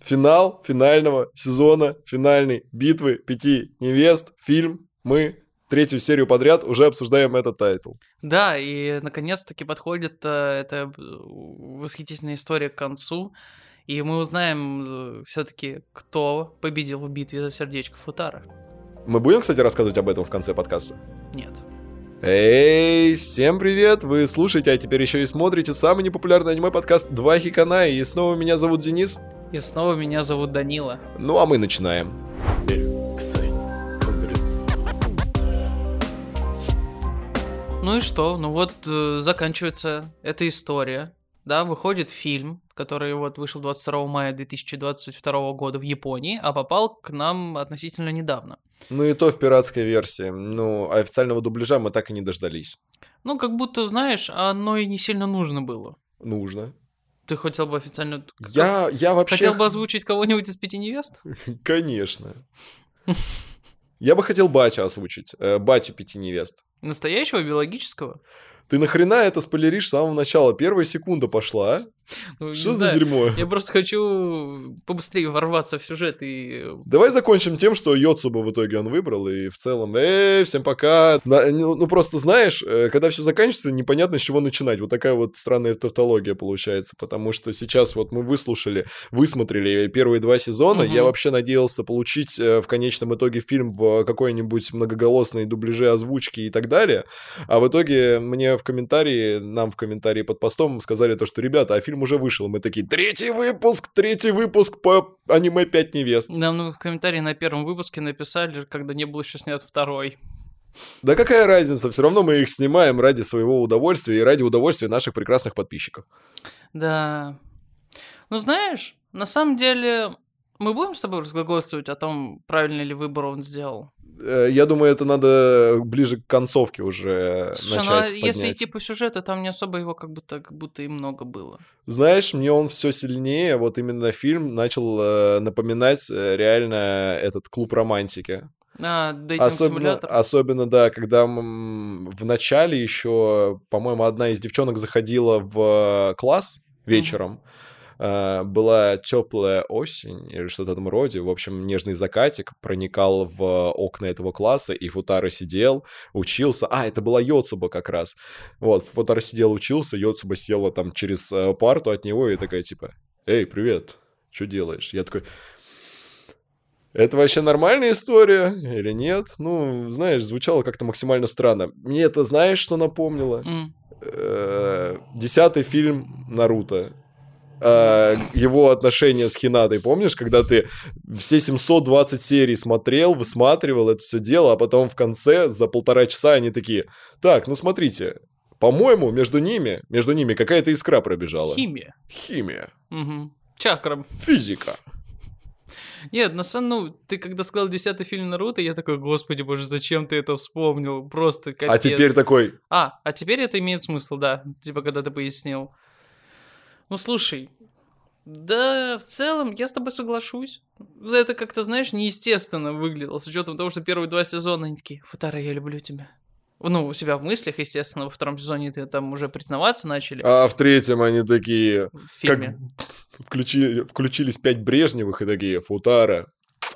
финал финального сезона финальной битвы 5 невест. Фильм. Мы 3-ю серию подряд уже обсуждаем этот тайтл. Да, и наконец-таки подходит эта восхитительная история к концу, и мы узнаем все-таки, кто победил в битве за сердечко Футара. Мы будем, кстати, рассказывать об этом в конце подкаста? Нет. Эй, всем привет! Вы слушаете, а теперь еще и смотрите самый непопулярный аниме-подкаст «Два Хикана», и снова меня зовут Денис. И снова меня зовут Данила. Ну, а мы начинаем. Ну и что? Ну вот заканчивается эта история. Да, выходит фильм, который вот вышел 22 мая 2022 года в Японии, а попал к нам относительно недавно. Ну и то в пиратской версии. Ну, а официального дубляжа мы так и не дождались. Ну, как будто, знаешь, оно и не сильно нужно было. Нужно. Ты хотел бы официально... Я вообще... Хотел бы озвучить кого-нибудь из 5 невест? Конечно. Я бы хотел батю озвучить. Батю 5 невест. Настоящего, биологического? Ты нахрена это спойлеришь с самого начала? Первая секунда пошла, а? Ну, Что за дерьмо? Я просто хочу побыстрее ворваться в сюжет и... Давай закончим тем, что Йоцуба в итоге он выбрал, и в целом, всем пока. Ну, просто знаешь, когда все заканчивается, непонятно, с чего начинать. Вот такая вот странная тавтология получается, потому что сейчас вот мы высмотрели первые 2 сезона, я вообще надеялся получить в конечном итоге фильм в какой-нибудь многоголосной дубляже, озвучке и так далее, а в итоге нам в комментарии под постом сказали то, что, ребята, а фильм уже вышел. Мы такие, третий выпуск по аниме 5 невест. Нам в комментарии на первом выпуске написали, когда не был еще снят второй. Да какая разница, все равно мы их снимаем ради своего удовольствия и ради удовольствия наших прекрасных подписчиков. Да. Ну, знаешь, на самом деле, мы будем с тобой разглагольствовать о том, правильный ли выбор он сделал? Я думаю, это надо ближе к концовке уже Слушай, начать поднять. Если идти по сюжету, там не особо его как будто и много было. Знаешь, мне он все сильнее, вот именно фильм начал напоминать реально этот клуб романтики. Дейтинг-симулятор. Особенно, да, когда в начале еще, по-моему, одна из девчонок заходила в класс вечером, была теплая осень или что-то в этом роде, в общем, нежный закатик проникал в окна этого класса, и Футаро сидел, учился, это была Йоцуба как раз, вот, Футаро сидел, учился, Йоцуба села там через парту от него и такая типа, эй, привет, что делаешь? Я такой... Это вообще нормальная история или нет? Ну, знаешь, звучало как-то максимально странно. Мне это, знаешь, что напомнило? 10-й фильм Наруто. Его отношения с Хинатой, помнишь, когда ты все 720 серий смотрел, высматривал это все дело, а потом в конце за 1,5 часа они такие, так, ну смотрите, по-моему, между ними какая-то искра пробежала. Химия. Угу. Чакра. Физика. Нет, на самом деле, ты когда сказал 10-й фильм Наруто, я такой, господи боже, зачем ты это вспомнил? Просто капец. А теперь такой... А теперь это имеет смысл, да, типа когда ты пояснил. Ну, слушай, да, в целом я с тобой соглашусь. Это как-то, знаешь, неестественно выглядело, с учетом того, что первые 2 сезона они такие, Футаро, я люблю тебя. Ну, у себя в мыслях, естественно, во 2-м сезоне ты там уже признаваться начали. А в 3-м они такие... В фильме. Включились 5 Брежневых и такие, Футаро.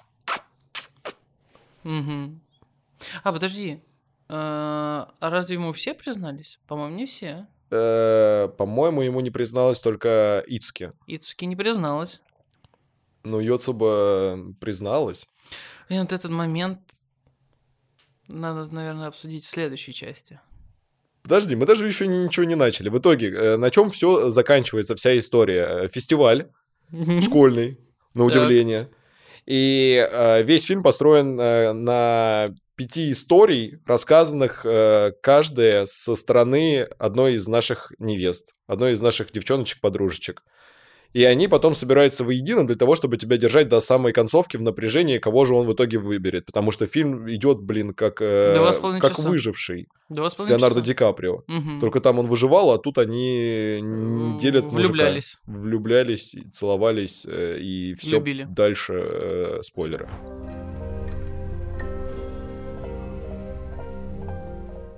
Угу. Подожди. А разве ему все признались? По-моему, не все. По-моему, ему не призналась только Ицуки. Ицуки не призналась. Ну, Йоцуба призналась. И вот этот момент надо, наверное, обсудить в следующей части. Подожди, мы даже еще ничего не начали. В итоге, на чем все заканчивается, вся история? Фестиваль школьный, на удивление. И весь фильм построен на 5 историй, рассказанных каждая со стороны одной из наших невест, одной из наших девчоночек-подружечек. И они потом собираются воедино для того, чтобы тебя держать до самой концовки в напряжении, кого же он в итоге выберет. Потому что фильм идет, как выживший с Леонардо Ди Каприо. Угу. Только там он выживал, а тут они делят мужика. Влюблялись, целовались, и все любили. Дальше спойлеры.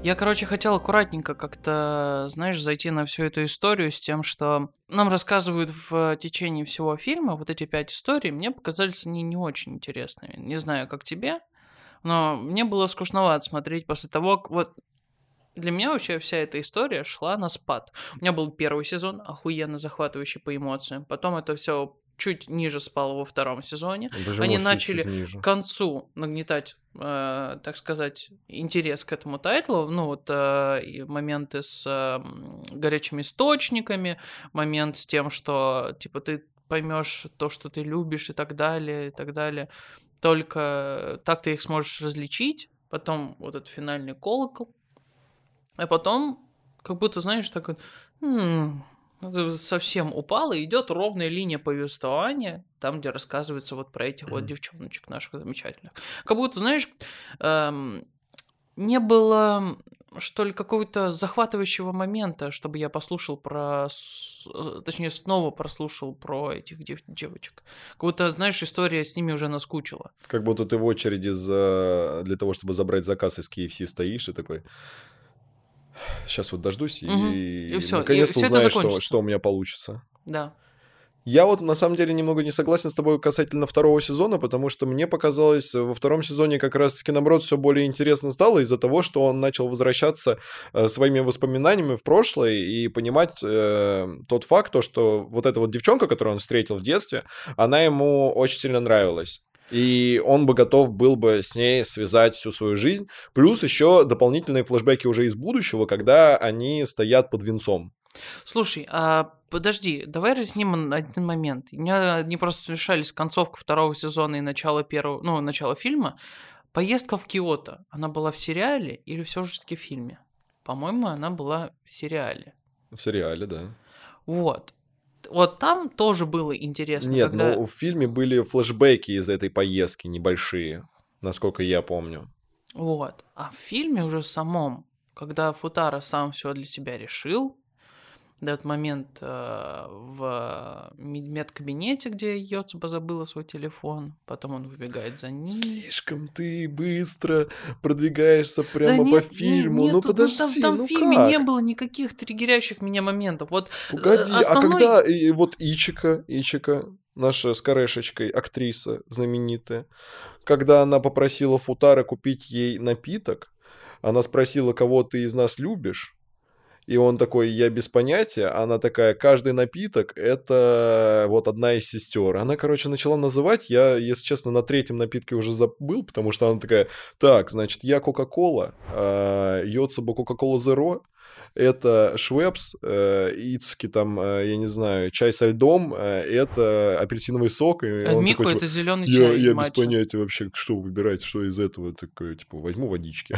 Я, короче, хотел аккуратненько как-то, знаешь, зайти на всю эту историю с тем, что нам рассказывают в течение всего фильма. Вот эти 5 историй мне показались они не очень интересными. Не знаю, как тебе, но мне было скучновато смотреть после того, вот для меня вообще вся эта история шла на спад. У меня был первый сезон, охуенно захватывающий по эмоциям. Потом это все чуть ниже спало во втором сезоне. Почему Они чуть начали ниже? к концу нагнетать, так сказать, интерес к этому тайтлу. Ну вот и моменты с горячими источниками, момент с тем, что типа ты поймешь то, что ты любишь и так далее, и так далее. Только так ты их сможешь различить. Потом вот этот финальный колокол. А потом, как будто, знаешь, так вот, совсем упало, и идет ровная линия повествования, там, где рассказывается вот про этих вот девчоночек наших замечательных. Как будто, знаешь, не было, что ли, какого-то захватывающего момента, чтобы я послушал точнее, снова прослушал про этих девочек. Как будто, знаешь, история с ними уже наскучила. Как будто ты в очереди для того, чтобы забрать заказ из KFC стоишь и такой... Сейчас вот дождусь и всё, наконец-то и всё это узнаю, закончится. что у меня получится. Да. Я вот на самом деле немного не согласен с тобой касательно второго сезона, потому что мне показалось, во втором сезоне как раз-таки, наоборот, все более интересно стало из-за того, что он начал возвращаться своими воспоминаниями в прошлое и понимать тот факт, то, что вот эта вот девчонка, которую он встретил в детстве, она ему очень сильно нравилась. И он бы готов был бы с ней связать всю свою жизнь. Плюс еще дополнительные флешбеки уже из будущего, когда они стоят под венцом. Слушай, а подожди, давай разъясним один момент. У меня не просто смешались концовка второго сезона и начало фильма. Поездка в Киото, она была в сериале или все же таки в фильме? По-моему, она была в сериале. В сериале, да. Вот. Вот там тоже было интересно. Нет, но в фильме были флешбеки из этой поездки небольшие, насколько я помню. Вот. А в фильме уже самом, когда Футаро сам все для себя решил, этот момент в медкабинете, где Йоцуба забыла свой телефон, потом он выбегает за ним. Слишком ты быстро продвигаешься прямо по фильму. Ну подожди, там ну в фильме как? не было никаких триггерящих меня моментов. Вот Погоди, основной... а когда вот Ичика, наша с корешечкой актриса знаменитая, когда она попросила Футаро купить ей напиток, она спросила, кого ты из нас любишь, и он такой, я без понятия. Она такая, каждый напиток — это вот одна из сестер. Она, короче, начала называть. Я, если честно, на третьем напитке уже забыл, потому что она такая, так, значит, я Кока-Кола, Йоцуба Кока-Кола Зеро, это Швепс, Ицуки там, я не знаю, чай со льдом, это апельсиновый сок. И он Мику такой, это зеленый чай. Я без понятия вообще, что выбирать, что из этого. Такое, типа, возьму водички.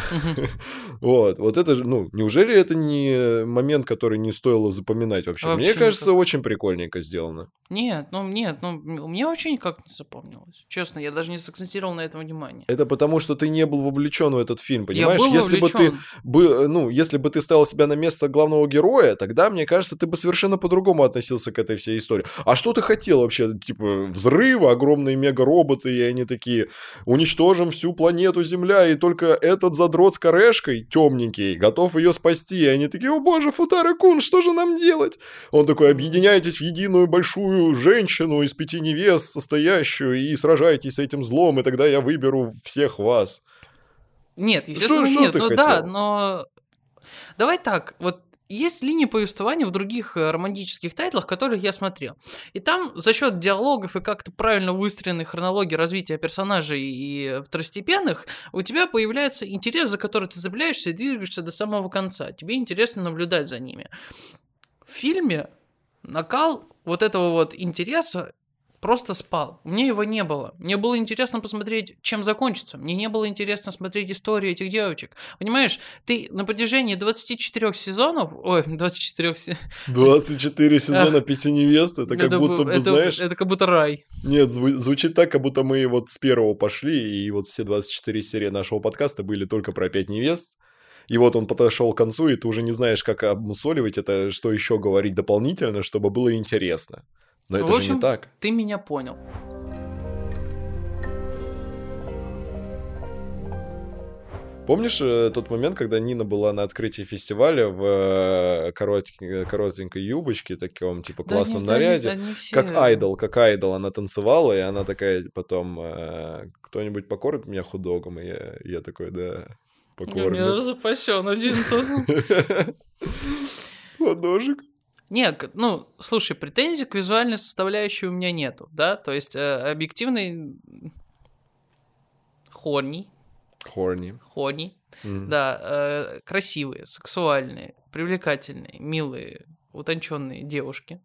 Вот это же, ну, неужели это не момент, который не стоило запоминать вообще? Мне кажется, очень прикольненько сделано. Нет, мне вообще никак не запомнилось. Честно, я даже не сакцентировал на этом внимание. Это потому, что ты не был вовлечен в этот фильм, понимаешь? Я был вовлечен. Если бы ты ставил себя на место главного героя, тогда, мне кажется, ты бы совершенно по-другому относился к этой всей истории. А что ты хотел вообще? Типа, взрывы, огромные мега-роботы, и они такие, уничтожим всю планету Земля, и только этот задрот с корешкой, темненький, готов ее спасти. И они такие, о боже, Футаро-кун, что же нам делать? Он такой, объединяйтесь в единую большую женщину из 5 невест, состоящую, и сражайтесь с этим злом, и тогда я выберу всех вас. Нет, естественно, нет. Ну да, но давай так, вот есть линии повествования в других романтических тайтлах, которые я смотрел. И там за счет диалогов и как-то правильно выстроенной хронологии развития персонажей и второстепенных у тебя появляется интерес, за который ты цепляешься и двигаешься до самого конца. Тебе интересно наблюдать за ними. В фильме накал вот этого вот интереса просто спал. Мне его не было. Мне было интересно посмотреть, чем закончится. Мне не было интересно смотреть историю этих девочек. Понимаешь, ты на протяжении 24 сезонов... Ой, 24 сезона 5 невест, это как будто бы, знаешь... Это как будто рай. Нет, звучит так, как будто мы вот с первого пошли, и вот все 24 серии нашего подкаста были только про 5 невест. И вот он подошел к концу, и ты уже не знаешь, как обмусоливать это, что еще говорить дополнительно, чтобы было интересно. Но это же не так. Ты меня понял. Помнишь тот момент, когда Нина была на открытии фестиваля в коротенькой юбочке, таком, типа, классном наряде? Они все... Как айдол она танцевала, и она такая потом, кто-нибудь покормит меня хот-догом? И я такой, да, покормит. У меня запасен один тут. Хот-дожик. Нет, ну, слушай, претензий к визуальной составляющей у меня нету, да? То есть объективный хорни, да, красивые, сексуальные, привлекательные, милые, утонченные девушки.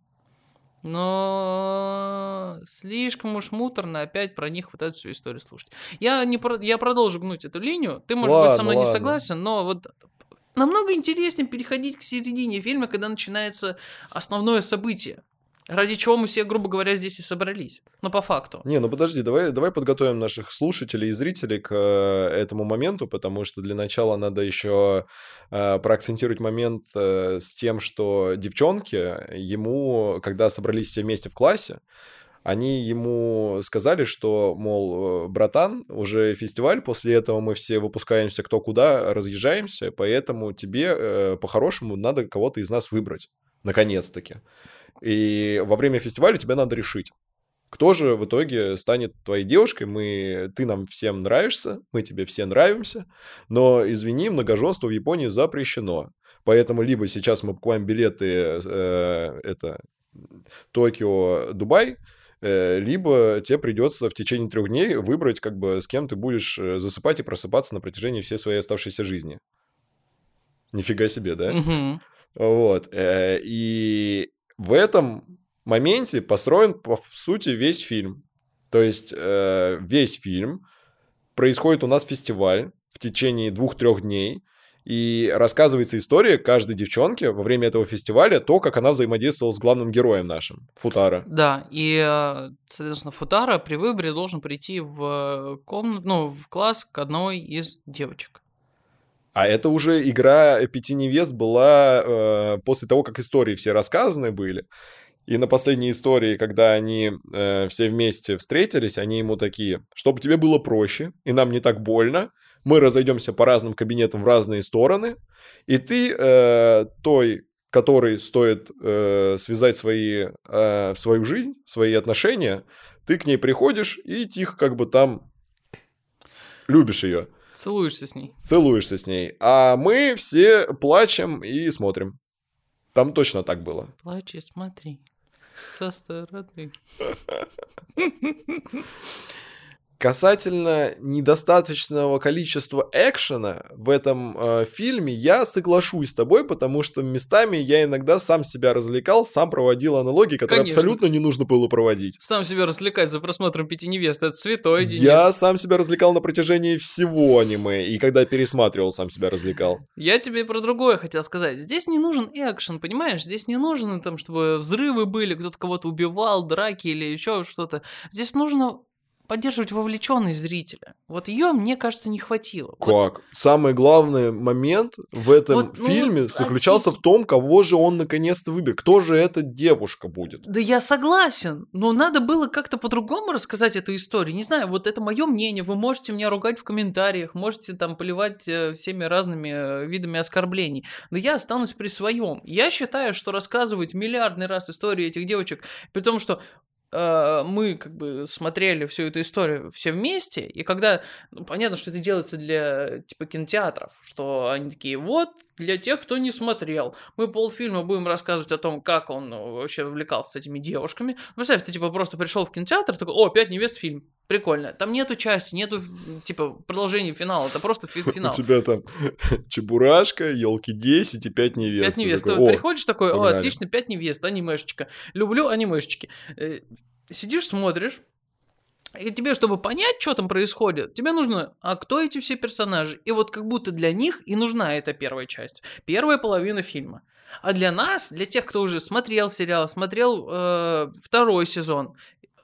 Но слишком уж муторно опять про них вот эту всю историю слушать. Я продолжу гнуть эту линию. Ты, может быть, со мной не согласен, но вот намного интереснее переходить к середине фильма, когда начинается основное событие. Ради чего мы все, грубо говоря, здесь и собрались. Но по факту. Не, ну подожди, давай подготовим наших слушателей и зрителей к этому моменту, потому что для начала надо еще проакцентировать момент с тем, что девчонки ему, когда собрались все вместе в классе, они ему сказали, что, мол, братан, уже фестиваль, после этого мы все выпускаемся кто куда, разъезжаемся, поэтому тебе по-хорошему надо кого-то из нас выбрать, наконец-таки. И во время фестиваля тебе надо решить, кто же в итоге станет твоей девушкой. Ты нам всем нравишься, мы тебе все нравимся, но, извини, многоженство в Японии запрещено. Поэтому либо сейчас мы покупаем билеты Токио, Дубай, либо тебе придется в течение 3 дней выбрать, как бы, с кем ты будешь засыпать и просыпаться на протяжении всей своей оставшейся жизни. Нифига себе, да? Угу. Вот. И в этом моменте построен, по сути, весь фильм. То есть весь фильм происходит у нас фестиваль в течение 2-3 дней, и рассказывается история каждой девчонки во время этого фестиваля, то, как она взаимодействовала с главным героем нашим, Футаро. Да, и, соответственно, Футаро при выборе должен прийти в комнату, в класс к одной из девочек. А это уже игра 5 невест была после того, как истории все рассказаны были. И на последней истории, когда они все вместе встретились, они ему такие: чтобы тебе было проще, и нам не так больно, мы разойдемся по разным кабинетам в разные стороны, и ты той, которой стоит связать в свою жизнь, свои отношения, ты к ней приходишь и тихо как бы там любишь ее. Целуешься с ней. А мы все плачем и смотрим. Там точно так было. Плачь и смотри со стороны. Касательно недостаточного количества экшена в этом фильме, я соглашусь с тобой, потому что местами я иногда сам себя развлекал, сам проводил аналогии, которые абсолютно не нужно было проводить. Сам себя развлекать за просмотром 5 невест — это святой, Денис. Я сам себя развлекал на протяжении всего аниме, и когда пересматривал, сам себя развлекал. Я тебе про другое хотел сказать. Здесь не нужен экшен, понимаешь? Здесь не нужно, там, чтобы взрывы были, кто-то кого-то убивал, драки или еще что-то. Здесь нужно поддерживать вовлеченность зрителя. Вот ее, мне кажется, не хватило. Как? Вот. Самый главный момент в этом фильме заключался в том, кого же он наконец-то выберет. Кто же эта девушка будет? Да я согласен, но надо было как-то по-другому рассказать эту историю. Не знаю, вот это мое мнение. Вы можете меня ругать в комментариях, можете там поливать всеми разными видами оскорблений. Но я останусь при своем. Я считаю, что рассказывать миллиардный раз историю этих девочек, при том, что мы как бы смотрели всю эту историю все вместе, и когда, понятно, что это делается для типа кинотеатров, что они такие: вот, для тех, кто не смотрел, мы полфильма будем рассказывать о том, как он вообще увлекался с этими девушками. Представь, ты типа просто пришел в кинотеатр, такой: о, 5 невест, фильм, прикольно. Там нету части, нету типа продолжения финала, это просто финал. У тебя там Чебурашка, елки 10 и 5 невест. 5 невест. Ты приходишь такой: о, отлично, 5 невест, анимешечка. Люблю анимешечки. Сидишь, смотришь, и тебе, чтобы понять, что там происходит, тебе нужно: а кто эти все персонажи? И вот как будто для них и нужна эта первая часть, первая половина фильма. А для нас, для тех, кто уже смотрел сериал, смотрел 2-й сезон,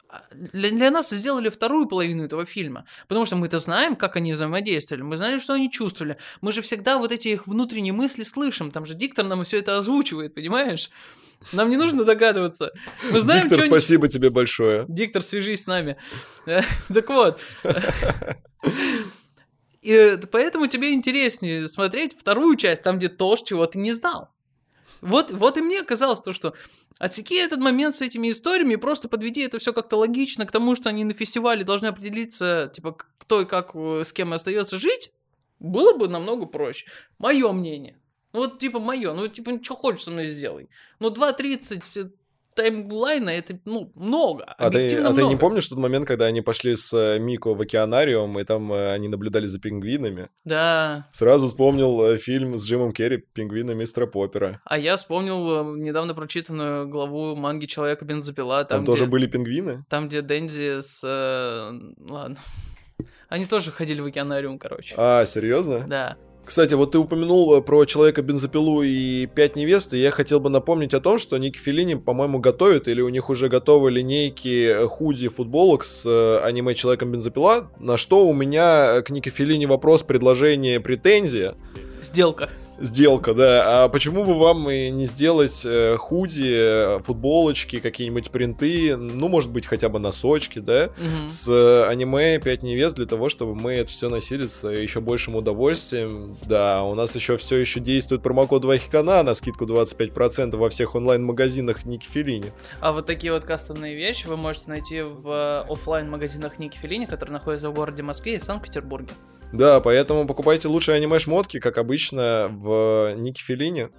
для нас сделали вторую половину этого фильма, потому что мы-то знаем, как они взаимодействовали, мы знаем, что они чувствовали, мы же всегда вот эти их внутренние мысли слышим, там же диктор нам все это озвучивает, понимаешь? Нам не нужно догадываться. Мы знаем, Диктор, спасибо тебе большое. Диктор, свяжись с нами. Так вот. И поэтому тебе интереснее смотреть вторую часть, там, где то, чего ты не знал. Вот и мне казалось то, что отсеки этот момент с этими историями, просто подведи это все как-то логично к тому, что они на фестивале должны определиться, типа, кто и как с кем остается жить, было бы намного проще. Мое мнение. Вот, типа, мое. Ну, типа, что хочешь со мной сделай. Ну, 2:30 таймлайна, это, много. А ты много. не помнишь тот момент, когда они пошли с Мико в океанариум, и там они наблюдали за пингвинами? Да. Сразу вспомнил фильм с Джимом Керри «Пингвины мистера Поппера». А я вспомнил недавно прочитанную главу манги «Человека-бензопила». Там тоже были пингвины? Там, где Дензи с... Ладно. Они тоже ходили в океанариум, короче. А, серьезно? Да. Кстати, вот ты упомянул про Человека-бензопилу и 5 невест, и я хотел бы напомнить о том, что Ники Феллини, по-моему, готовит, или у них уже готовы линейки худи, футболок с аниме Человеком-бензопила, на что у меня к Ники Феллини вопрос, предложение, претензия. Сделка, да. А почему бы вам и не сделать худи, футболочки, какие-нибудь принты, ну, может быть, хотя бы носочки, да, с аниме 5 невест, для того, чтобы мы это все носили с еще большим удовольствием. Да, у нас еще все еще действует промокод Вахикана на скидку 25% во всех онлайн-магазинах Ники Феллини. А вот такие вот кастомные вещи вы можете найти в офлайн-магазинах Ники Феллини, которые находятся в городе Москве и Санкт-Петербурге. Да, поэтому покупайте лучшие аниме-шмотки, как обычно, в Ники Феллини.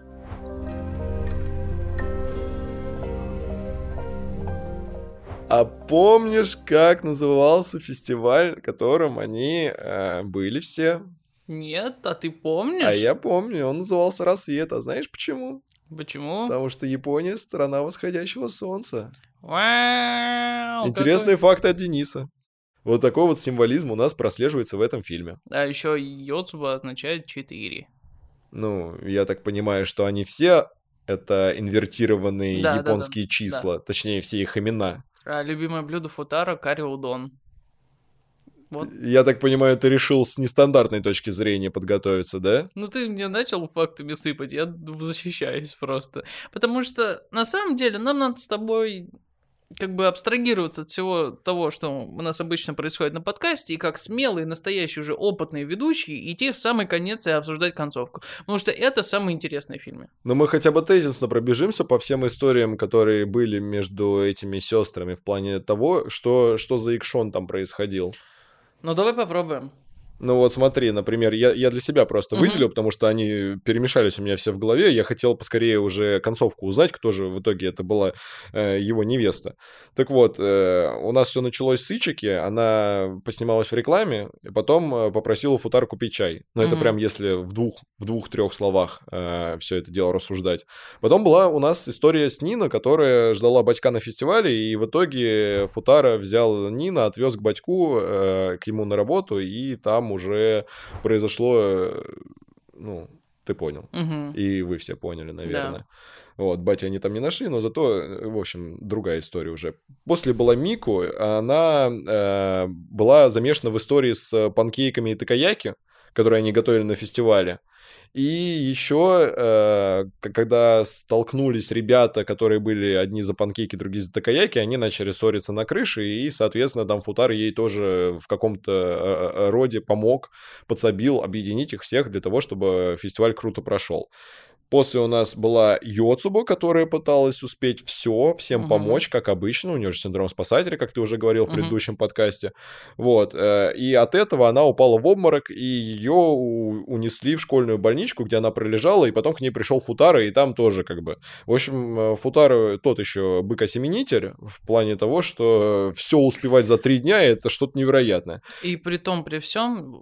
А помнишь, как назывался фестиваль, на котором они были все? Нет, а ты помнишь? А я помню, он назывался «Рассвет». А знаешь почему? Почему? Потому что Япония — страна восходящего солнца. Вау, интересный факт от Дениса. Вот такой вот символизм у нас прослеживается в этом фильме. А еще Йоцуба означает 4. Ну, я так понимаю, что они все это инвертированные японские числа, да. Точнее, все их имена. А любимое блюдо Футаро — карри удон. Вот. Я так понимаю, ты решил с нестандартной точки зрения подготовиться, да? Ну, ты мне начал фактами сыпать, я защищаюсь просто. Потому что, на самом деле, нам надо с тобой как бы абстрагироваться от всего того, что у нас обычно происходит на подкасте, и как смелые, настоящие уже опытные ведущие идти в самый конец и обсуждать концовку. Потому что это самые интересные фильмы. Но мы хотя бы тезисно пробежимся по всем историям, которые были между этими сестрами в плане того, что за экшон там происходил. Ну, давай попробуем. Ну вот смотри, например, я для себя просто выделил, потому что они перемешались у меня все в голове. Я хотел поскорее уже концовку узнать, кто же в итоге это была его невеста. Так вот, у нас все началось с Ичики, она поснималась в рекламе, и потом попросила Футаро купить чай. Ну это прям если в двух-трех словах все это дело рассуждать. Потом была у нас история с Нино, которая ждала батька на фестивале, и в итоге Футаро взял Нино, отвез к батьку, к ему на работу, и там уже произошло, ну, ты понял. И вы все поняли, наверное. Да. Вот, батя они там не нашли, но зато, в общем, другая история уже. После была Мику, она была замешана в истории с панкейками и такаяки, которые они готовили на фестивале. И еще, когда столкнулись ребята, которые были одни за панкейки, другие за такаяки, они начали ссориться на крыше, и, соответственно, там Футаро ей тоже в каком-то роде помог, подсобил объединить их всех для того, чтобы фестиваль круто прошел. После у нас была Йоцуба, которая пыталась успеть всем помочь, как обычно. У нее же синдром спасателя, как ты уже говорил в предыдущем подкасте. Вот. И от этого она упала в обморок, и ее унесли в школьную больничку, где она пролежала, и потом к ней пришел Футаро, и там тоже как бы... В общем, Футаро тот еще бык-осеменитель в плане того, что все успевать за 3 дня — это что-то невероятное. И при том, при всем,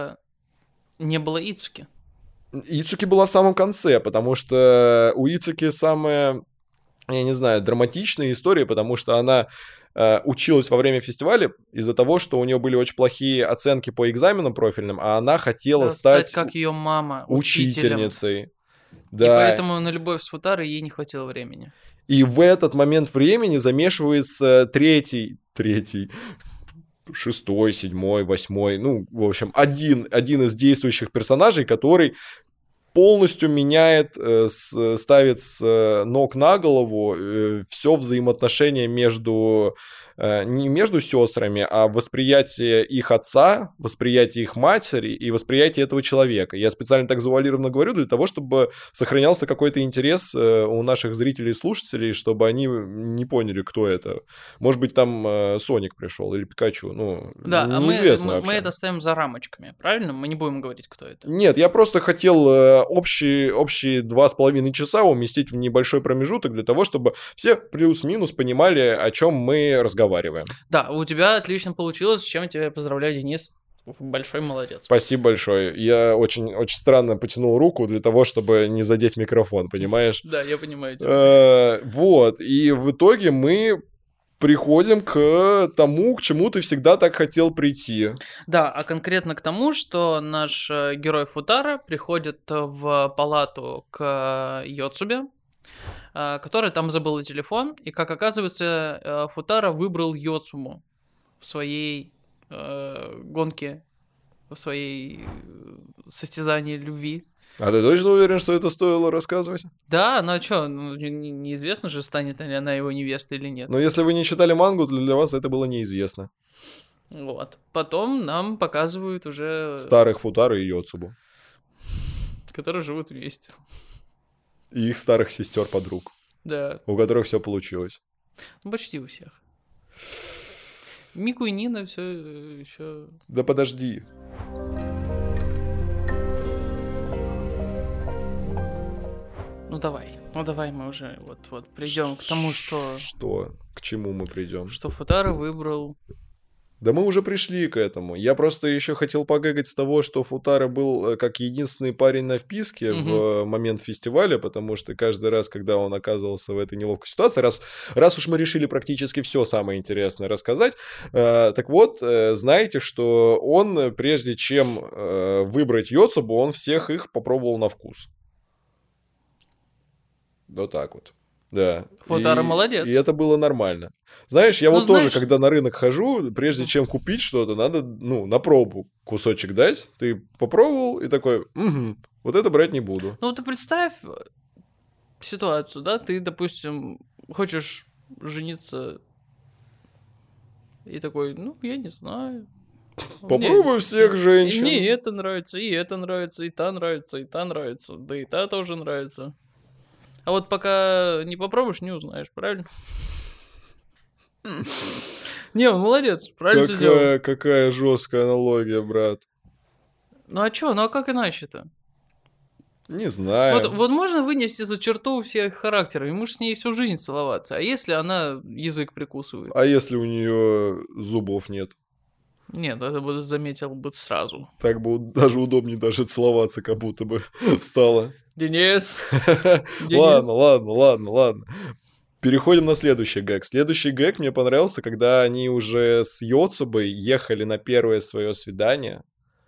не было Ицуки. Ицуки была в самом конце, потому что у Ицуки самая, я не знаю, драматичная история, потому что она училась во время фестиваля из-за того, что у нее были очень плохие оценки по экзаменам профильным, а она хотела стать как ее мама, учительницей. Да. И поэтому на любовь с Футаро ей не хватило времени. И в этот момент времени замешивается третий, 6-й, 7-й, 8-й, ну, в общем, один из действующих персонажей, который полностью меняет, ставит с ног на голову все взаимоотношения между не между сестрами, а восприятие их отца, восприятие их матери и восприятие этого человека. Я специально так завуалированно говорю для того, чтобы сохранялся какой-то интерес у наших зрителей и слушателей, чтобы они не поняли, кто это. Может быть, там Соник пришел или Пикачу, ну, Да, неизвестно вообще. Мы это ставим за рамочками, правильно? Мы не будем говорить, кто это. Нет, я просто хотел общие 2,5 часа уместить в небольшой промежуток для того, чтобы все плюс-минус понимали, о чем мы разговариваем. Да, у тебя отлично получилось, с чем я тебя поздравляю, Денис. Большой молодец. Спасибо большое. Я очень, очень странно потянул руку для того, чтобы не задеть микрофон, понимаешь? Да, я понимаю тебя. Вот, и в итоге мы приходим к тому, к чему ты всегда так хотел прийти. Да, а конкретно к тому, что наш герой Футара приходит в палату к Йоцубе, который там забыл телефон, и, как оказывается, Футара выбрал Йоцуму в своей гонке, в своей состязании любви. А ты точно уверен, что это стоило рассказывать? Да, ну а что, ну, неизвестно же, станет ли она его невестой или нет. Но если вы не читали мангу, то для вас это было неизвестно. Вот. Потом нам показывают уже... Старых Футару и Йоцубу. Которые живут вместе. И их старых сестер-подруг. Да. У которых все получилось. Ну, почти у всех. Мику и Нина все еще... Да подожди. Ну давай мы уже вот придем к тому, что... Что? К чему мы придем? Что Футара выбрал... Да мы уже пришли к этому. Я просто еще хотел погагать с того, что Футара был как единственный парень на вписке в момент фестиваля, потому что каждый раз, когда он оказывался в этой неловкой ситуации, раз уж мы решили практически все самое интересное рассказать, так вот, знаете, что он, прежде чем выбрать Йоцубу, он всех их попробовал на вкус. Вот так вот. Да. Футара молодец. И это было нормально. Знаешь, я Ну, вот знаешь... тоже, когда на рынок хожу, прежде чем купить что-то, надо, ну, на пробу кусочек дать. Ты попробовал и такой, угу, вот это брать не буду. Ну, ты представь ситуацию, да? Ты, допустим, хочешь жениться и такой, ну, я не знаю. Попробуй всех женщин. Мне это нравится, и та нравится, и та нравится, да и та тоже нравится. А вот пока не попробуешь, не узнаешь, правильно? Не, он молодец, правильно сделал. Какая жесткая аналогия, брат. Ну а чё, ну а как иначе-то? Не знаю. Вот можно вынести за черту всех характеров, и можешь с ней всю жизнь целоваться. А если она язык прикусывает? А если у нее зубов нет? Нет, это бы заметил бы сразу. Так бы даже удобнее даже целоваться, как будто бы стало. Денис. Ладно. Переходим на следующий гэг. Следующий гэг мне понравился, когда они уже с Йоцубой ехали на первое свое свидание.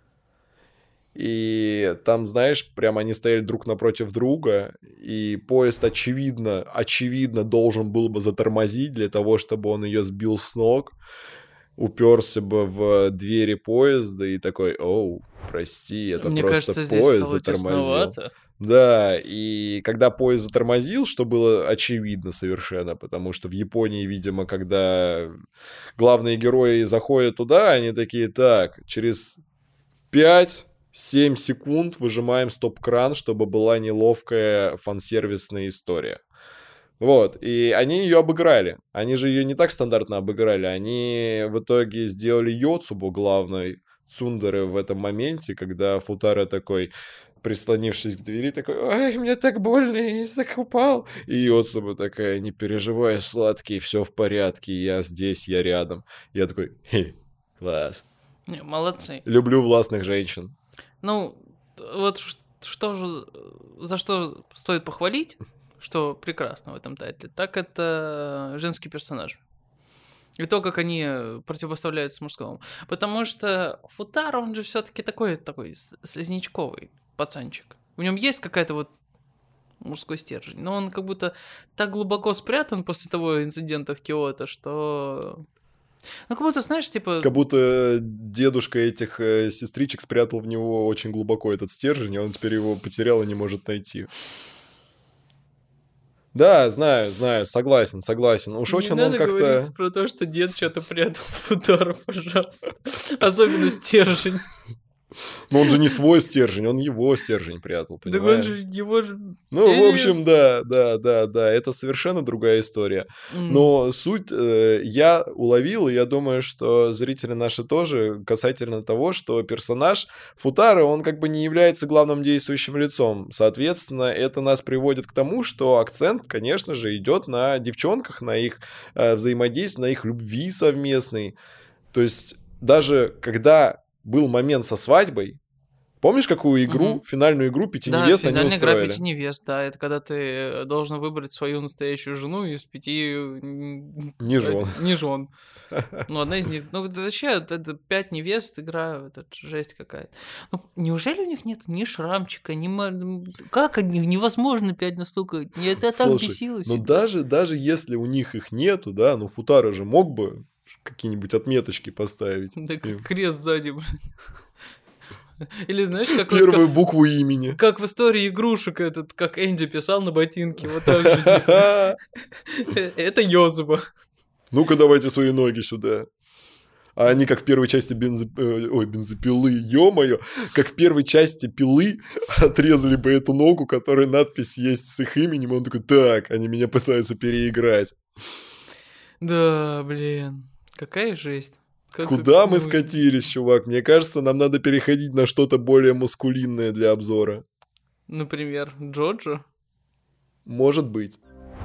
И там, знаешь, прям они стояли друг напротив друга, и поезд, очевидно должен был бы затормозить для того, чтобы он ее сбил с ног, уперся бы в двери поезда и такой, оу, прости, это мне просто кажется, поезд здесь затормозил. Да, и когда поезд затормозил, что было очевидно совершенно, потому что в Японии, видимо, когда главные герои заходят туда, они такие, так, через 5-7 секунд выжимаем стоп-кран, чтобы была неловкая фан-сервисная история. Вот, и они ее обыграли. Они же ее не так стандартно обыграли. Они в итоге сделали Йоцубу главной цундеры в этом моменте, когда Футара такой, прислонившись к двери, такой, ой, мне так больно, я так упал. И Йоцуба такая, не переживай, сладкий, все в порядке, я здесь, я рядом. Я такой, класс. Не, молодцы. Люблю властных женщин. Ну, вот что же, за что стоит похвалить, что прекрасно в этом тайтле, так это женский персонаж. И то, как они противопоставляются мужскому. Потому что Футаро, он же все-таки такой слизнячковый пацанчик. В нем есть какая-то вот мужской стержень, но он как будто так глубоко спрятан после того инцидента в Киото, что... Ну, как будто, знаешь, типа... Как будто дедушка этих сестричек спрятал в него очень глубоко этот стержень, и он теперь его потерял и не может найти. Да, знаю, согласен. Уж Не очень он надо как-то... говорить про то, что дед что-то прятал Футаро, пожалуйста. Особенно стержень. Но он же не свой стержень, он его стержень прятал, Так он понимаешь? же, его же... Ну, в общем, да, это совершенно другая история. Но суть я уловил, и я думаю, что зрители наши тоже, касательно того, что персонаж Футаро, он как бы не является главным действующим лицом. Соответственно, это нас приводит к тому, что акцент, конечно же, идет на девчонках, на их взаимодействии, на их любви совместной. То есть даже когда был момент со свадьбой, помнишь, какую игру, финальную игру «Пяти Да, невест» они финальная игра устроили? 5 невест, да, это когда ты должен выбрать свою настоящую жену из 5 Не жен. не жен. Ну, одна из них, ну, это вообще, это 5 невест, игра, это жесть какая-то. Ну, неужели у них нет ни шрамчика, как они, невозможно 5 настолько, это так Слушай, бесило но всегда. даже если у них их нету, да, ну Футаро же мог бы какие-нибудь отметочки поставить. Да Им. как крест сзади, блин. Или знаешь, как Первую букву имени. как в истории игрушек этот, как Энди писал на ботинке, вот так же, типа. Это Йозуба. Ну-ка, давайте свои ноги сюда. А они как в первой части бензопилы, ё-моё, как в первой части пилы отрезали бы эту ногу, которая надпись есть с их именем, и он такой, так, они меня пытаются переиграть. Да, блин, какая жесть. Куда мы скатились, чувак? Мне кажется, нам надо переходить на что-то более маскулинное для обзора. Например, Джоджо? Может быть.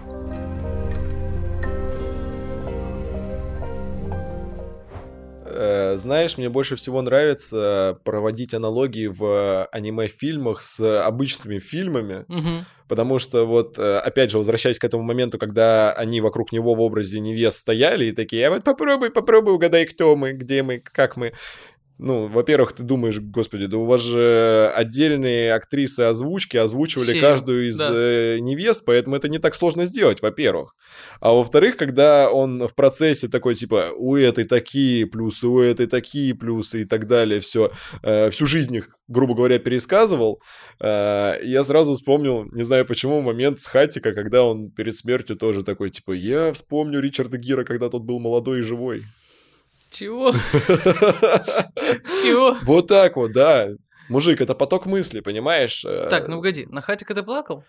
Знаешь, мне больше всего нравится проводить аналогии в аниме-фильмах с обычными фильмами, потому что вот, опять же, возвращаясь к этому моменту, когда они вокруг него в образе невест стояли и такие, а вот попробуй, угадай, кто мы, где мы, как мы. Ну, во-первых, ты думаешь, господи, да у вас же отдельные актрисы озвучки озвучивали Все, каждую из да. невест, поэтому это не так сложно сделать, во-первых. А во-вторых, когда он в процессе такой, типа, у этой такие плюсы, у этой такие плюсы и так далее, все, всю жизнь их, грубо говоря, пересказывал, я сразу вспомнил, не знаю почему, момент с Хатико, когда он перед смертью тоже такой, типа, я вспомню Ричарда Гира, когда тот был молодой и живой. Чего? Чего? Вот так вот, да. Мужик, это поток мысли, понимаешь? Так, ну погоди, на Хатико ты плакал?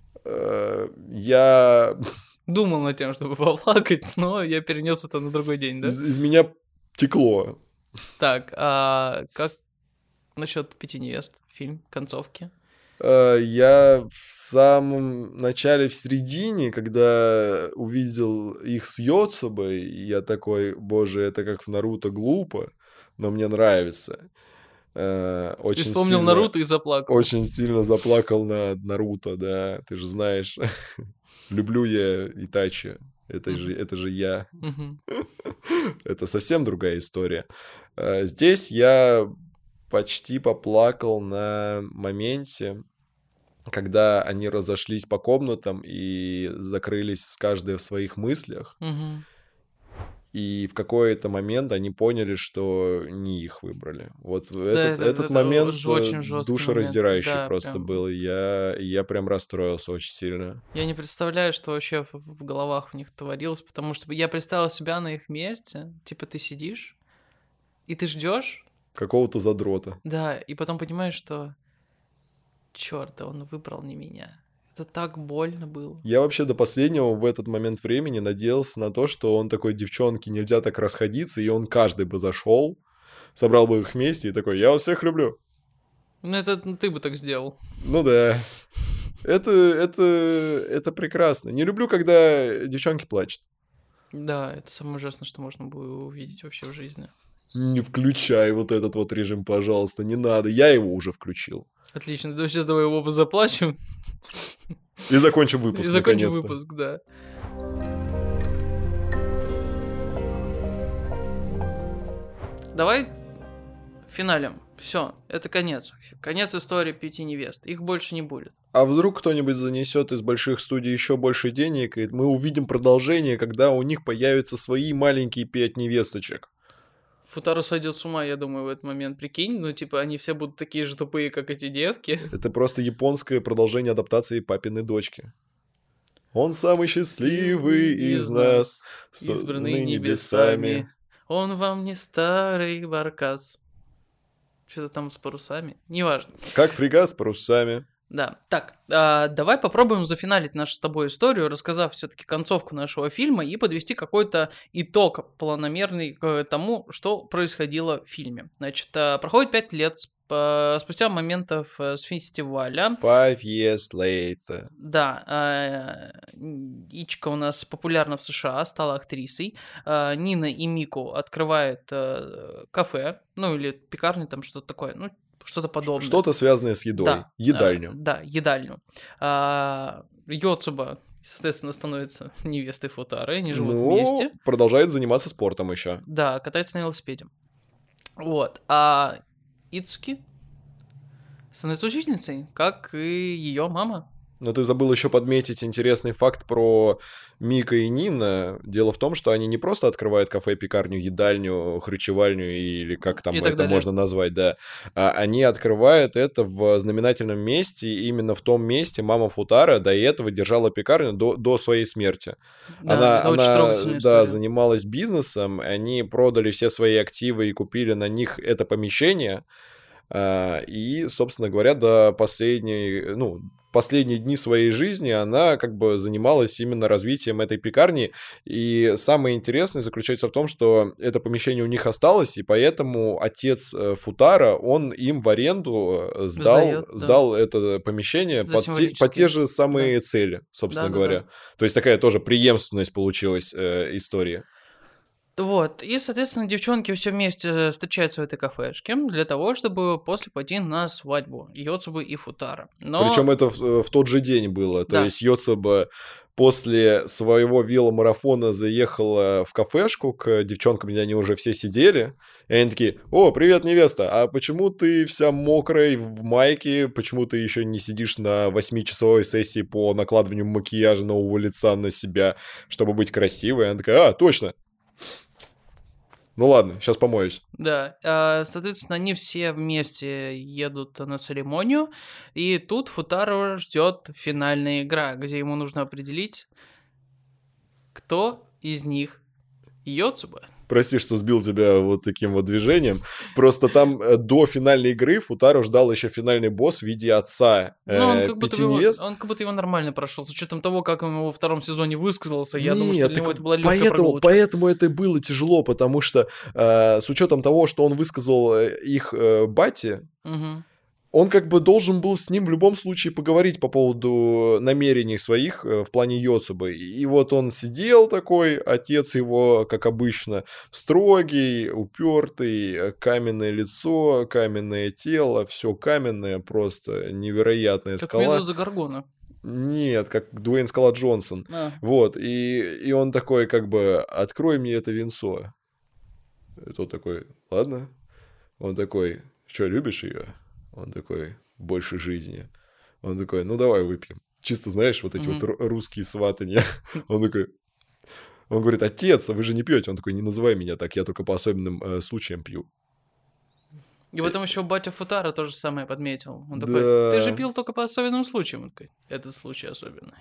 Я... Думал над тем, чтобы поплакать, но я перенес это на другой день, да? Из меня текло. Так, а как насчет 5 невест? Фильм, концовки? Я в самом начале, в середине, когда увидел их с Йоцубой, я такой, боже, это как в Наруто глупо, но мне нравится. Ты вспомнил Наруто и заплакал. Очень сильно заплакал на Наруто, да, ты же знаешь. Люблю я Итачи, это же я. Это совсем другая история. Здесь я почти поплакал на моменте, когда они разошлись по комнатам и закрылись с каждой в своих мыслях. И в какой-то момент они поняли, что не их выбрали. Вот этот момент очень душераздирающий момент. Да, просто прям... был. Я прям расстроился очень сильно. Я не представляю, что вообще в головах у них творилось, потому что я представил себя на их месте. Типа ты сидишь, и ты ждешь какого-то задрота. Да, и потом понимаешь, что чёрт, он выбрал не меня. Это так больно было. Я вообще до последнего в этот момент времени надеялся на то, что он такой, девчонки, нельзя так расходиться, и он каждый бы зашел, собрал бы их вместе и такой, я вас всех люблю. Ну, это ты бы так сделал. Ну да. Это прекрасно. Не люблю, когда девчонки плачут. Да, это самое ужасное, что можно было увидеть вообще в жизни. Не включай вот этот вот режим, пожалуйста, не надо. Я его уже включил. Отлично, да сейчас давай оба заплачем. И закончим выпуск, И закончим наконец-то. выпуск, да. Давай финалем. Все, это конец. Конец истории 5 невест. Их больше не будет. А вдруг кто-нибудь занесет из больших студий еще больше денег, и мы увидим продолжение, когда у них появятся свои маленькие 5 невесточек. Футаро сойдет с ума, я думаю, в этот момент. Прикинь, ну, типа, они все будут такие же тупые, как эти девки. Это просто японское продолжение адаптации папиной дочки. Он самый счастливый из нас, избранный небесами. Он вам не старый баркас. Что-то там с парусами. Неважно. Как фрегат с парусами. Да. Так, давай попробуем зафиналить нашу с тобой историю, рассказав все-таки концовку нашего фильма и подвести какой-то итог планомерный к тому, что происходило в фильме. Значит, проходит 5 лет спустя моментов с фестиваля. 5 years later. Да, Ичка у нас популярна в США, стала актрисой. Нина и Мику открывают кафе, ну или пекарню, там что-то такое, ну что-то подобное. Что-то связанное с едой. Да, Едальню. Да, едальню. Йоцуба, соответственно, становится невестой Футары, они живут вместе. Продолжает заниматься спортом еще. Да, катается на велосипеде. Вот. А Ицуки становится учительницей, как и ее мама. Но ты забыл еще подметить интересный факт про Мика и Нина. Дело в том, что они не просто открывают кафе, пекарню, едальню, хрючевальню или как там это можно назвать, да. Они открывают это в знаменательном месте, и именно в том месте мама Футара до этого держала пекарню до своей смерти. Да, она занималась бизнесом, они продали все свои активы и купили на них это помещение. И, собственно говоря, до последние дни своей жизни она как бы занималась именно развитием этой пекарни. И самое интересное заключается в том, что это помещение у них осталось, и поэтому отец Футара, он им в аренду сдал это помещение под те же самые цели, собственно говоря. Да. То есть такая тоже преемственность получилась истории. Вот, и, соответственно, девчонки все вместе встречаются в этой кафешке для того, чтобы после пойти на свадьбу Йоцубы и Футара. Причем это в тот же день было, то есть Йоцуба после своего веломарафона заехала в кафешку к девчонкам, где они уже все сидели, и они такие: «О, привет, невеста, а почему ты вся мокрая в майке, почему ты еще не сидишь на 8-часовой сессии по накладыванию макияжа нового лица на себя, чтобы быть красивой?» Она такая: точно. Ну ладно, сейчас помоюсь. Да, соответственно, они все вместе едут на церемонию, и тут Футаро ждет финальная игра, где ему нужно определить, кто из них Йоцуба. Прости, что сбил тебя вот таким вот движением. Просто там до финальной игры Футаро ждал еще финальный босс в виде отца пяти невест. Он как будто его нормально прошел. С учетом того, как он во втором сезоне высказался, я думаю, что для него это была легкая прогулочка. Поэтому это было тяжело, потому что с учетом того, что он высказал их бате, он как бы должен был с ним в любом случае поговорить по поводу намерений своих в плане Йоцубы. И вот он сидел такой, отец его, как обычно, строгий, упертый, каменное лицо, каменное тело, все каменное, просто невероятная скала. Как Медуза Горгона. Нет, как Дуэйн Скала Джонсон. Вот, и он такой, как бы: «Открой мне это винцо». И тот такой: «Ладно». Он такой: «Что, любишь ее?» Он такой: «Больше жизни». Он такой: «Ну, давай выпьем». Чисто, знаешь, вот эти вот русские сватания. Он такой... Он говорит: «Отец, а вы же не пьете?» Он такой: «Не называй меня так, я только по особенным случаям пью». И потом еще батя Футара то же самое подметил. Он такой: «Ты же пил только по особенным случаям». Он такой: «Этот случай особенный».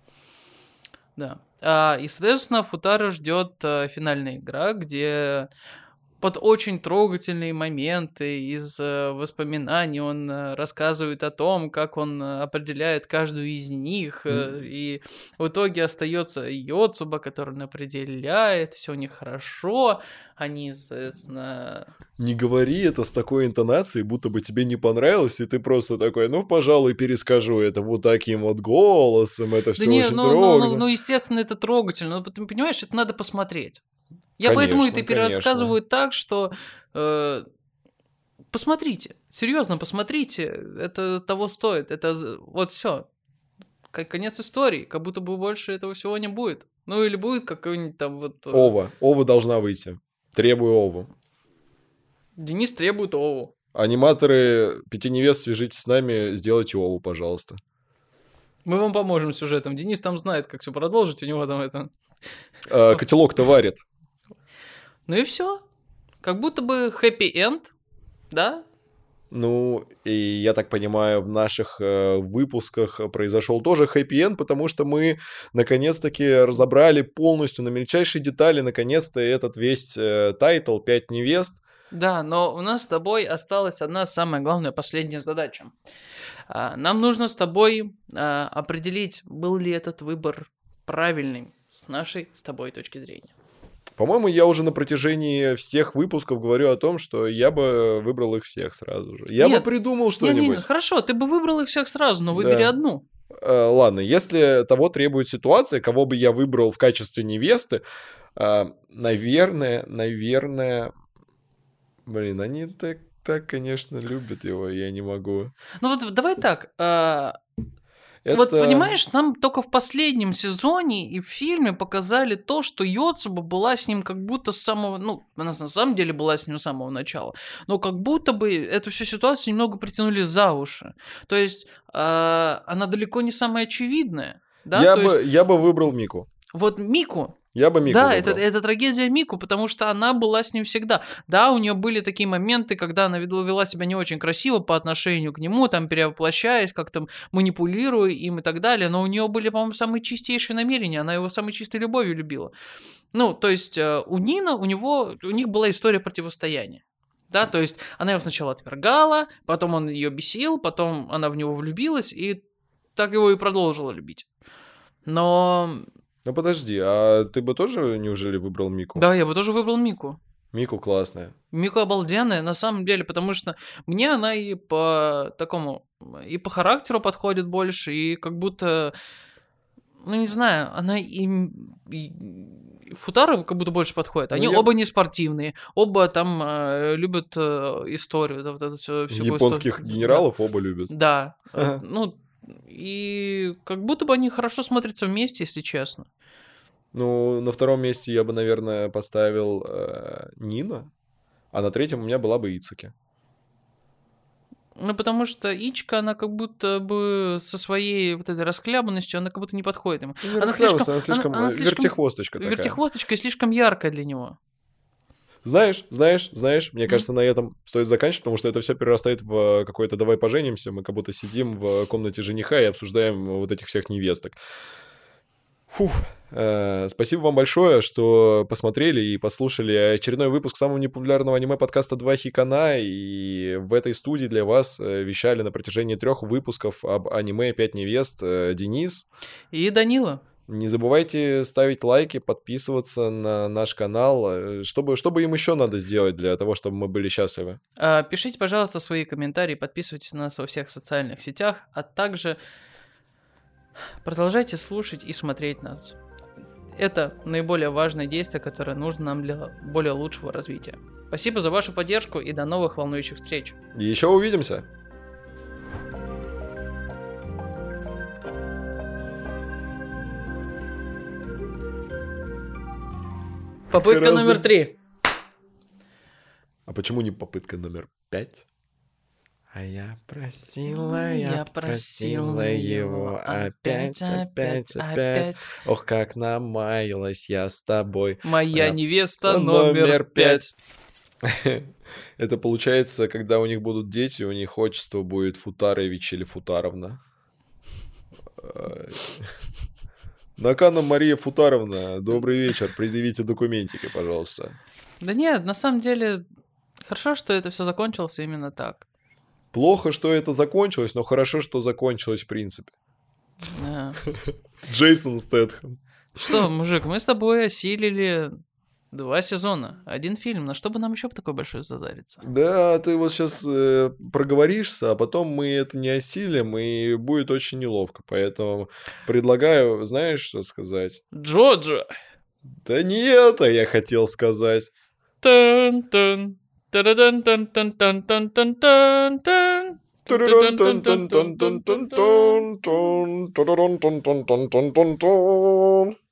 Да. И, соответственно, Футара ждет финальная игра, где... под очень трогательные моменты из воспоминаний он рассказывает о том, как он определяет каждую из них, и в итоге остается Йоцуба, который он определяет, все у них хорошо, они, соответственно... Не говори это с такой интонацией, будто бы тебе не понравилось, и ты просто такой: «Ну, пожалуй, перескажу это вот таким вот голосом, это все очень трогательно». Ну, естественно, это трогательно, но ты понимаешь, это надо посмотреть. Я поэтому это перерассказываю так, что посмотрите, серьезно посмотрите, это того стоит, это вот все, конец истории, как будто бы больше этого всего не будет. Ну или будет какой-нибудь там вот... Ова должна выйти, требую Ову. Денис требует Ову. Аниматоры «Пяти невест», свяжитесь с нами, сделайте Ову, пожалуйста. Мы вам поможем с сюжетом, Денис там знает, как все продолжить, у него там это... Котелок-то варит. Ну и все. Как будто бы хэппи-энд, да? Ну, и я так понимаю, в наших выпусках произошел тоже хэппи-энд, потому что мы наконец-таки разобрали полностью на мельчайшие детали, наконец-то этот весь тайтл «Пять невест». Да, но у нас с тобой осталась одна самая главная, последняя задача. Нам нужно с тобой определить, был ли этот выбор правильным с нашей с тобой точки зрения. По-моему, я уже на протяжении всех выпусков говорю о том, что я бы выбрал их всех сразу же. Я бы придумал что-нибудь. Хорошо, ты бы выбрал их всех сразу, но выбери одну. Ладно, если того требует ситуация, кого бы я выбрал в качестве невесты, наверное... Блин, они так, конечно, любят его, я не могу. Ну вот давай так... Вот, понимаешь, нам только в последнем сезоне и в фильме показали то, что Йоцеба была с ним как будто с самого... Ну, она на самом деле была с ним с самого начала. Но как будто бы эту всю ситуацию немного притянули за уши. То есть, она далеко не самая очевидная. Да? Я бы выбрал Мику. Вот Мику... Я бы Мику выбрал. Да, это трагедия Мику, потому что она была с ним всегда. Да, у нее были такие моменты, когда она вела себя не очень красиво по отношению к нему, там перевоплощаясь, как-то манипулируя им и так далее, но у нее были, по-моему, самые чистейшие намерения, она его самой чистой любовью любила. Ну, то есть у Нина, у них была история противостояния. Да, то есть она его сначала отвергала, потом он ее бесил, потом она в него влюбилась и так его и продолжила любить. Но... Ну подожди, а ты бы тоже, неужели, выбрал Мику? Да, я бы тоже выбрал Мику. Мику классная. Мику обалденная, на самом деле, потому что мне она и по такому, и по характеру подходит больше, и как будто, ну не знаю, она и Футару как будто больше подходит. Они оба не спортивные, оба там любят историю. Вот эту всю японских генералов оба любят. Да, ну... И как будто бы они хорошо смотрятся вместе, если честно. Ну, на втором месте я бы, наверное, поставил Нина, а на третьем у меня была бы Ицуки. Ну, потому что Ичка, она как будто бы со своей вот этой расхлябанностью, она как будто не подходит ему. Ну, она слишком вертихвосточка такая. Вертихвосточка и слишком яркая для него. Знаешь, мне кажется, на этом стоит заканчивать, потому что это все перерастает в какое-то «давай поженимся», мы как будто сидим в комнате жениха и обсуждаем вот этих всех невесток. Фух, спасибо вам большое, что посмотрели и послушали очередной выпуск самого непопулярного аниме-подкаста «Два Хикана», и в этой студии для вас вещали на протяжении 3 выпусков об аниме «Пять невест» Денис и Данила. Не забывайте ставить лайки, подписываться на наш канал. Чтобы им еще надо сделать для того, чтобы мы были счастливы? Пишите, пожалуйста, свои комментарии, подписывайтесь на нас во всех социальных сетях, а также продолжайте слушать и смотреть нас. Это наиболее важное действие, которое нужно нам для более лучшего развития. Спасибо за вашу поддержку и до новых волнующих встреч. И еще увидимся. Попытка номер 3. А почему не попытка номер 5? А я просила его опять. Ох, как намаялась я с тобой. Моя невеста номер 5. Это получается, когда у них будут дети, у них отчество будет Футарович или Футаровна. Накана Мария Футаровна, добрый вечер, предъявите документики, пожалуйста. Да нет, на самом деле, хорошо, что это все закончилось именно так. Плохо, что это закончилось, но хорошо, что закончилось в принципе. Да. Джейсон Стэтхэм. Что, мужик, мы с тобой осилили 2 сезона, 1 фильм. На что бы нам еще такой большой зазариться? Да, ты вот сейчас проговоришься, а потом мы это не осилим, и будет очень неловко. Поэтому предлагаю, знаешь, что сказать? Джоджо! Да не это я хотел сказать. Тан-тан. Та-да-дан-тан-тан-тан-тан-тан-тан.